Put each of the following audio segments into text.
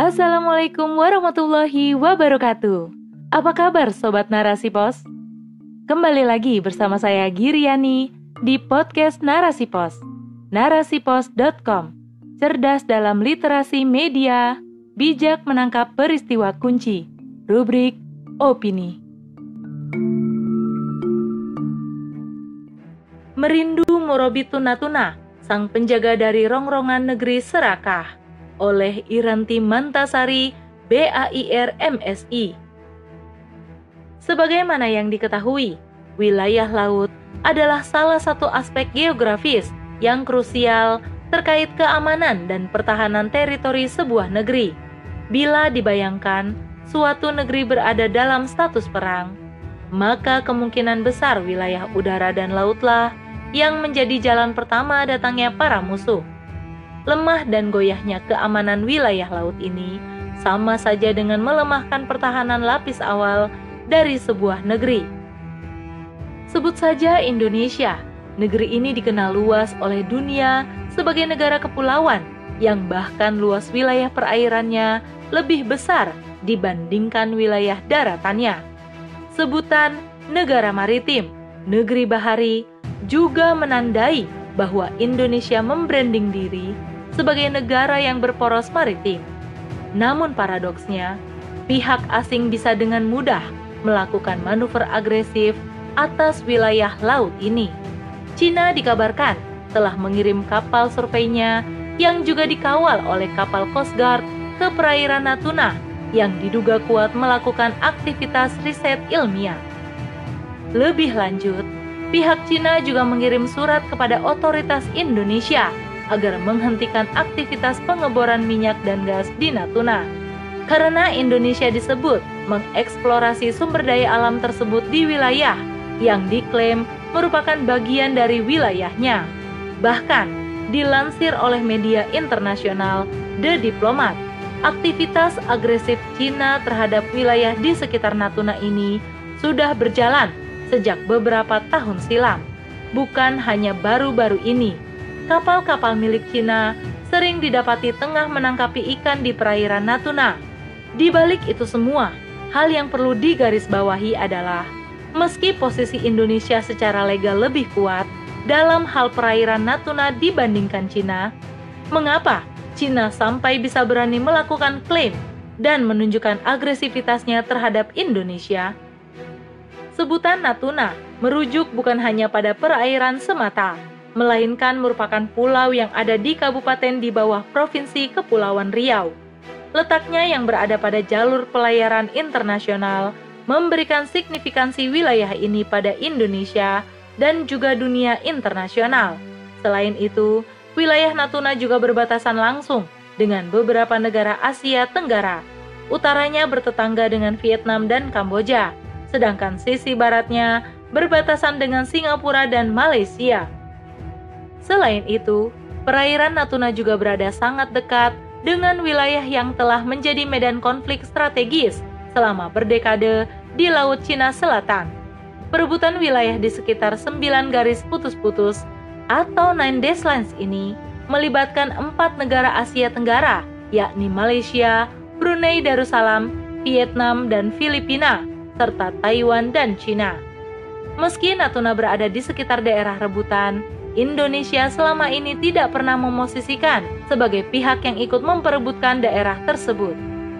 Assalamualaikum warahmatullahi wabarakatuh. Apa kabar Sobat Narasi Pos? Kembali lagi bersama saya Giriani di podcast Narasi Pos, narasipos.com. Cerdas dalam literasi media, bijak menangkap peristiwa kunci. Rubrik Opini. Merindu Morobi Tuna-Tuna, sang penjaga dari rongrongan negeri serakah, oleh Iranti Mantasari, BAIR MSI. Sebagaimana yang diketahui, wilayah laut adalah salah satu aspek geografis yang krusial terkait keamanan dan pertahanan teritori sebuah negeri. Bila dibayangkan suatu negeri berada dalam status perang, maka kemungkinan besar wilayah udara dan lautlah yang menjadi jalan pertama datangnya para musuh. Lemah dan goyahnya keamanan wilayah laut ini sama saja dengan melemahkan pertahanan lapis awal dari sebuah negeri. Sebut saja Indonesia. Negeri ini dikenal luas oleh dunia sebagai negara kepulauan yang bahkan luas wilayah perairannya lebih besar dibandingkan wilayah daratannya. Sebutan negara maritim, negeri bahari juga menandai bahwa Indonesia membranding diri sebagai negara yang berporos maritim. Namun paradoksnya, pihak asing bisa dengan mudah melakukan manuver agresif atas wilayah laut ini. Cina dikabarkan telah mengirim kapal surveinya yang juga dikawal oleh kapal Coast Guard ke perairan Natuna yang diduga kuat melakukan aktivitas riset ilmiah. Lebih lanjut, pihak Cina juga mengirim surat kepada otoritas Indonesia agar menghentikan aktivitas pengeboran minyak dan gas di Natuna. Karena Indonesia disebut mengeksplorasi sumber daya alam tersebut di wilayah yang diklaim merupakan bagian dari wilayahnya. Bahkan, dilansir oleh media internasional The Diplomat, aktivitas agresif Cina terhadap wilayah di sekitar Natuna ini sudah berjalan sejak beberapa tahun silam. Bukan hanya baru-baru ini, kapal-kapal milik Cina sering didapati tengah menangkapi ikan di perairan Natuna. Di balik itu semua, hal yang perlu digarisbawahi adalah meski posisi Indonesia secara legal lebih kuat dalam hal perairan Natuna dibandingkan Cina, mengapa Cina sampai bisa berani melakukan klaim dan menunjukkan agresivitasnya terhadap Indonesia? Sebutan Natuna merujuk bukan hanya pada perairan semata, melainkan merupakan pulau yang ada di kabupaten di bawah Provinsi Kepulauan Riau. Letaknya yang berada pada jalur pelayaran internasional memberikan signifikansi wilayah ini pada Indonesia dan juga dunia internasional. Selain itu, wilayah Natuna juga berbatasan langsung dengan beberapa negara Asia Tenggara. Utaranya bertetangga dengan Vietnam dan Kamboja, sedangkan sisi baratnya berbatasan dengan Singapura dan Malaysia. Selain itu, perairan Natuna juga berada sangat dekat dengan wilayah yang telah menjadi medan konflik strategis selama berdekade di Laut Cina Selatan. Perebutan wilayah di sekitar 9 garis putus-putus atau 9 dash lines ini melibatkan 4 negara Asia Tenggara, yakni Malaysia, Brunei Darussalam, Vietnam, dan Filipina, serta Taiwan dan Cina. Meski Natuna berada di sekitar daerah rebutan, Indonesia selama ini tidak pernah memosisikan sebagai pihak yang ikut memperebutkan daerah tersebut.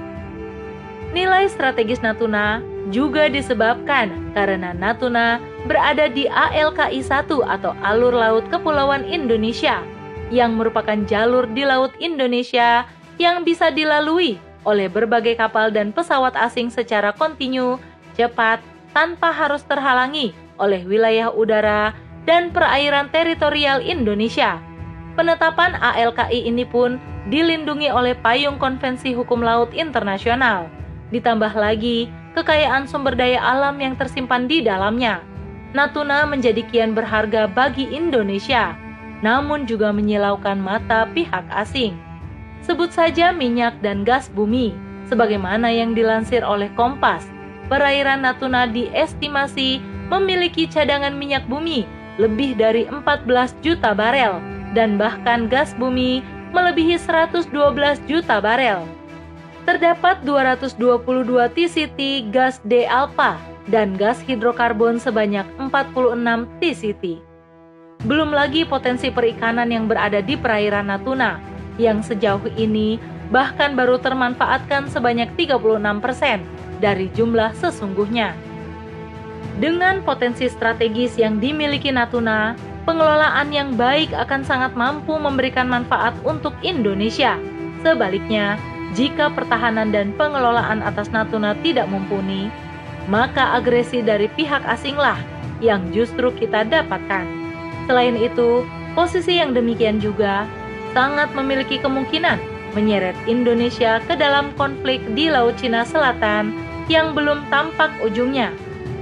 Nilai strategis Natuna juga disebabkan karena Natuna berada di ALKI 1 atau Alur Laut Kepulauan Indonesia, yang merupakan jalur di Laut Indonesia yang bisa dilalui oleh berbagai kapal dan pesawat asing secara kontinu, cepat, tanpa harus terhalangi oleh wilayah udara dan perairan teritorial Indonesia. Penetapan ALKI ini pun dilindungi oleh payung Konvensi Hukum Laut Internasional. Ditambah lagi kekayaan sumber daya alam yang tersimpan di dalamnya. Natuna menjadi kian berharga bagi Indonesia, namun juga menyilaukan mata pihak asing. Sebut saja minyak dan gas bumi, sebagaimana yang dilansir oleh Kompas. Perairan Natuna diestimasi memiliki cadangan minyak bumi lebih dari 14 juta barel dan bahkan gas bumi melebihi 112 juta barel. Terdapat 222 TCT gas D-alpha dan gas hidrokarbon sebanyak 46 TCT. Belum lagi potensi perikanan yang berada di perairan Natuna, yang sejauh ini bahkan baru termanfaatkan sebanyak 36% dari jumlah sesungguhnya. Dengan potensi strategis yang dimiliki Natuna, pengelolaan yang baik akan sangat mampu memberikan manfaat untuk Indonesia. Sebaliknya, jika pertahanan dan pengelolaan atas Natuna tidak mumpuni, maka agresi dari pihak asinglah yang justru kita dapatkan. Selain itu, posisi yang demikian juga sangat memiliki kemungkinan menyeret Indonesia ke dalam konflik di Laut Cina Selatan yang belum tampak ujungnya.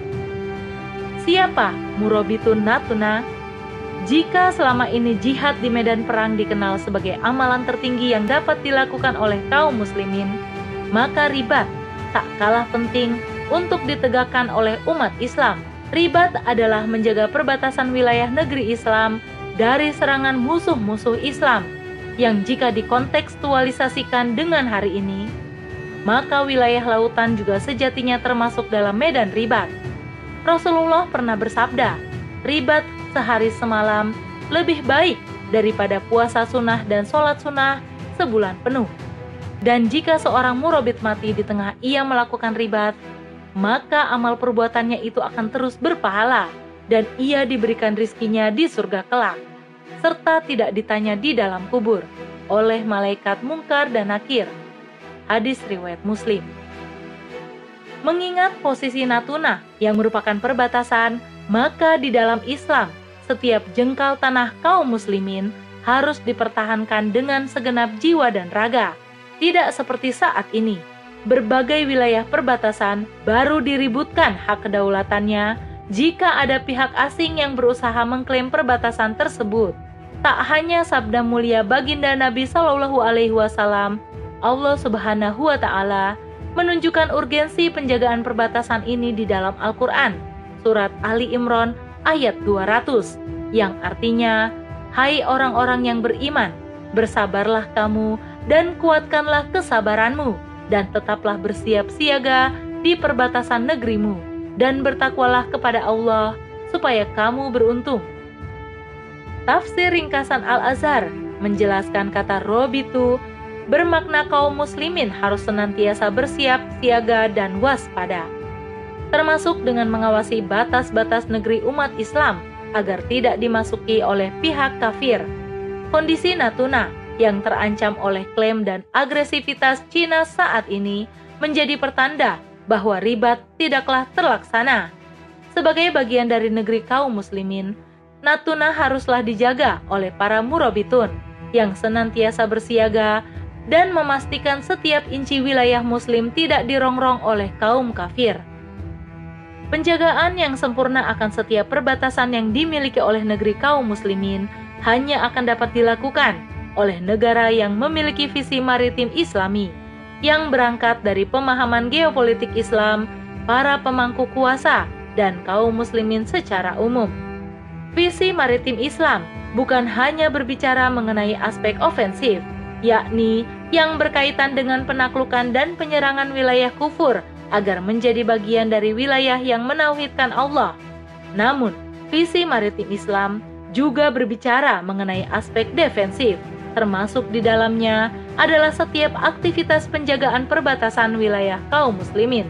Siapa Murabitun Natuna? Jika selama ini jihad di medan perang dikenal sebagai amalan tertinggi yang dapat dilakukan oleh kaum muslimin, maka ribat tak kalah penting untuk ditegakkan oleh umat Islam. Ribat adalah menjaga perbatasan wilayah negeri Islam dari serangan musuh-musuh Islam, yang jika dikontekstualisasikan dengan hari ini, maka wilayah lautan juga sejatinya termasuk dalam medan ribat. Rasulullah pernah bersabda, ribat sehari semalam lebih baik daripada puasa sunnah dan sholat sunnah sebulan penuh. Dan jika seorang murabit mati di tengah ia melakukan ribat, maka amal perbuatannya itu akan terus berpahala dan ia diberikan rizkinya di surga kelak, serta tidak ditanya di dalam kubur oleh malaikat Munkar dan Nakir. Hadis riwayat Muslim. Mengingat posisi Natuna yang merupakan perbatasan, maka di dalam Islam, setiap jengkal tanah kaum muslimin harus dipertahankan dengan segenap jiwa dan raga. Tidak seperti saat ini, berbagai wilayah perbatasan baru diributkan hak kedaulatannya jika ada pihak asing yang berusaha mengklaim perbatasan tersebut. Tak hanya sabda mulia baginda Nabi Shallallahu Alaihi Wasallam, Allah Subhanahu Wa Taala menunjukkan urgensi penjagaan perbatasan ini di dalam Al-Quran, surat Ali Imran ayat 200, yang artinya, hai orang-orang yang beriman, bersabarlah kamu dan kuatkanlah kesabaranmu, dan tetaplah bersiap siaga di perbatasan negerimu, dan bertakwalah kepada Allah, supaya kamu beruntung. Tafsir ringkasan Al-Azhar menjelaskan kata Robitu bermakna kaum muslimin harus senantiasa bersiap siaga dan waspada, termasuk dengan mengawasi batas-batas negeri umat Islam agar tidak dimasuki oleh pihak kafir. Kondisi Natuna yang terancam oleh klaim dan agresivitas Cina saat ini menjadi pertanda bahwa ribat tidaklah terlaksana. Sebagai bagian dari negeri kaum muslimin, Natuna haruslah dijaga oleh para murabitun yang senantiasa bersiaga dan memastikan setiap inci wilayah muslim tidak dirongrong oleh kaum kafir. Penjagaan yang sempurna akan setiap perbatasan yang dimiliki oleh negeri kaum muslimin hanya akan dapat dilakukan oleh negara yang memiliki visi maritim Islami, yang berangkat dari pemahaman geopolitik Islam, para pemangku kuasa, dan kaum muslimin secara umum. Visi maritim Islam bukan hanya berbicara mengenai aspek ofensif, yakni yang berkaitan dengan penaklukan dan penyerangan wilayah kufur agar menjadi bagian dari wilayah yang menauhidkan Allah. Namun, visi maritim Islam juga berbicara mengenai aspek defensif, termasuk di dalamnya adalah setiap aktivitas penjagaan perbatasan wilayah kaum muslimin.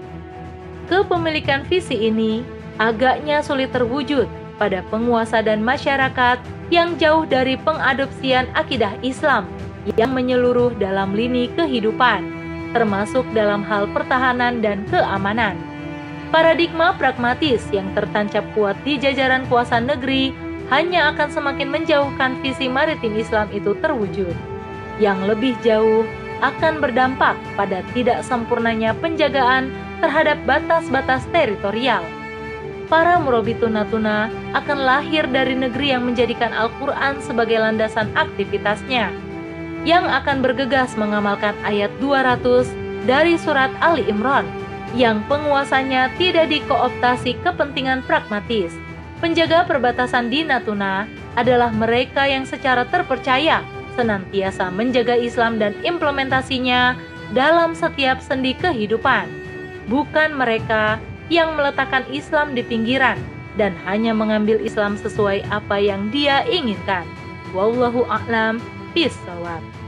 Kepemilikan visi ini agaknya sulit terwujud pada penguasa dan masyarakat yang jauh dari pengadopsian akidah Islam yang menyeluruh dalam lini kehidupan, termasuk dalam hal pertahanan dan keamanan. Paradigma pragmatis yang tertancap kuat di jajaran kuasa negeri hanya akan semakin menjauhkan visi maritim Islam itu terwujud. Yang lebih jauh akan berdampak pada tidak sempurnanya penjagaan terhadap batas-batas teritorial. Para murabitun Natuna akan lahir dari negeri yang menjadikan Al-Quran sebagai landasan aktivitasnya, yang akan bergegas mengamalkan ayat 200 dari surat Ali Imran, yang penguasanya tidak dikooptasi kepentingan pragmatis. Penjaga perbatasan di Natuna adalah mereka yang secara terpercaya senantiasa menjaga Islam dan implementasinya dalam setiap sendi kehidupan, bukan mereka yang meletakkan Islam di pinggiran dan hanya mengambil Islam sesuai apa yang dia inginkan. Wallahu a'lam bishawab.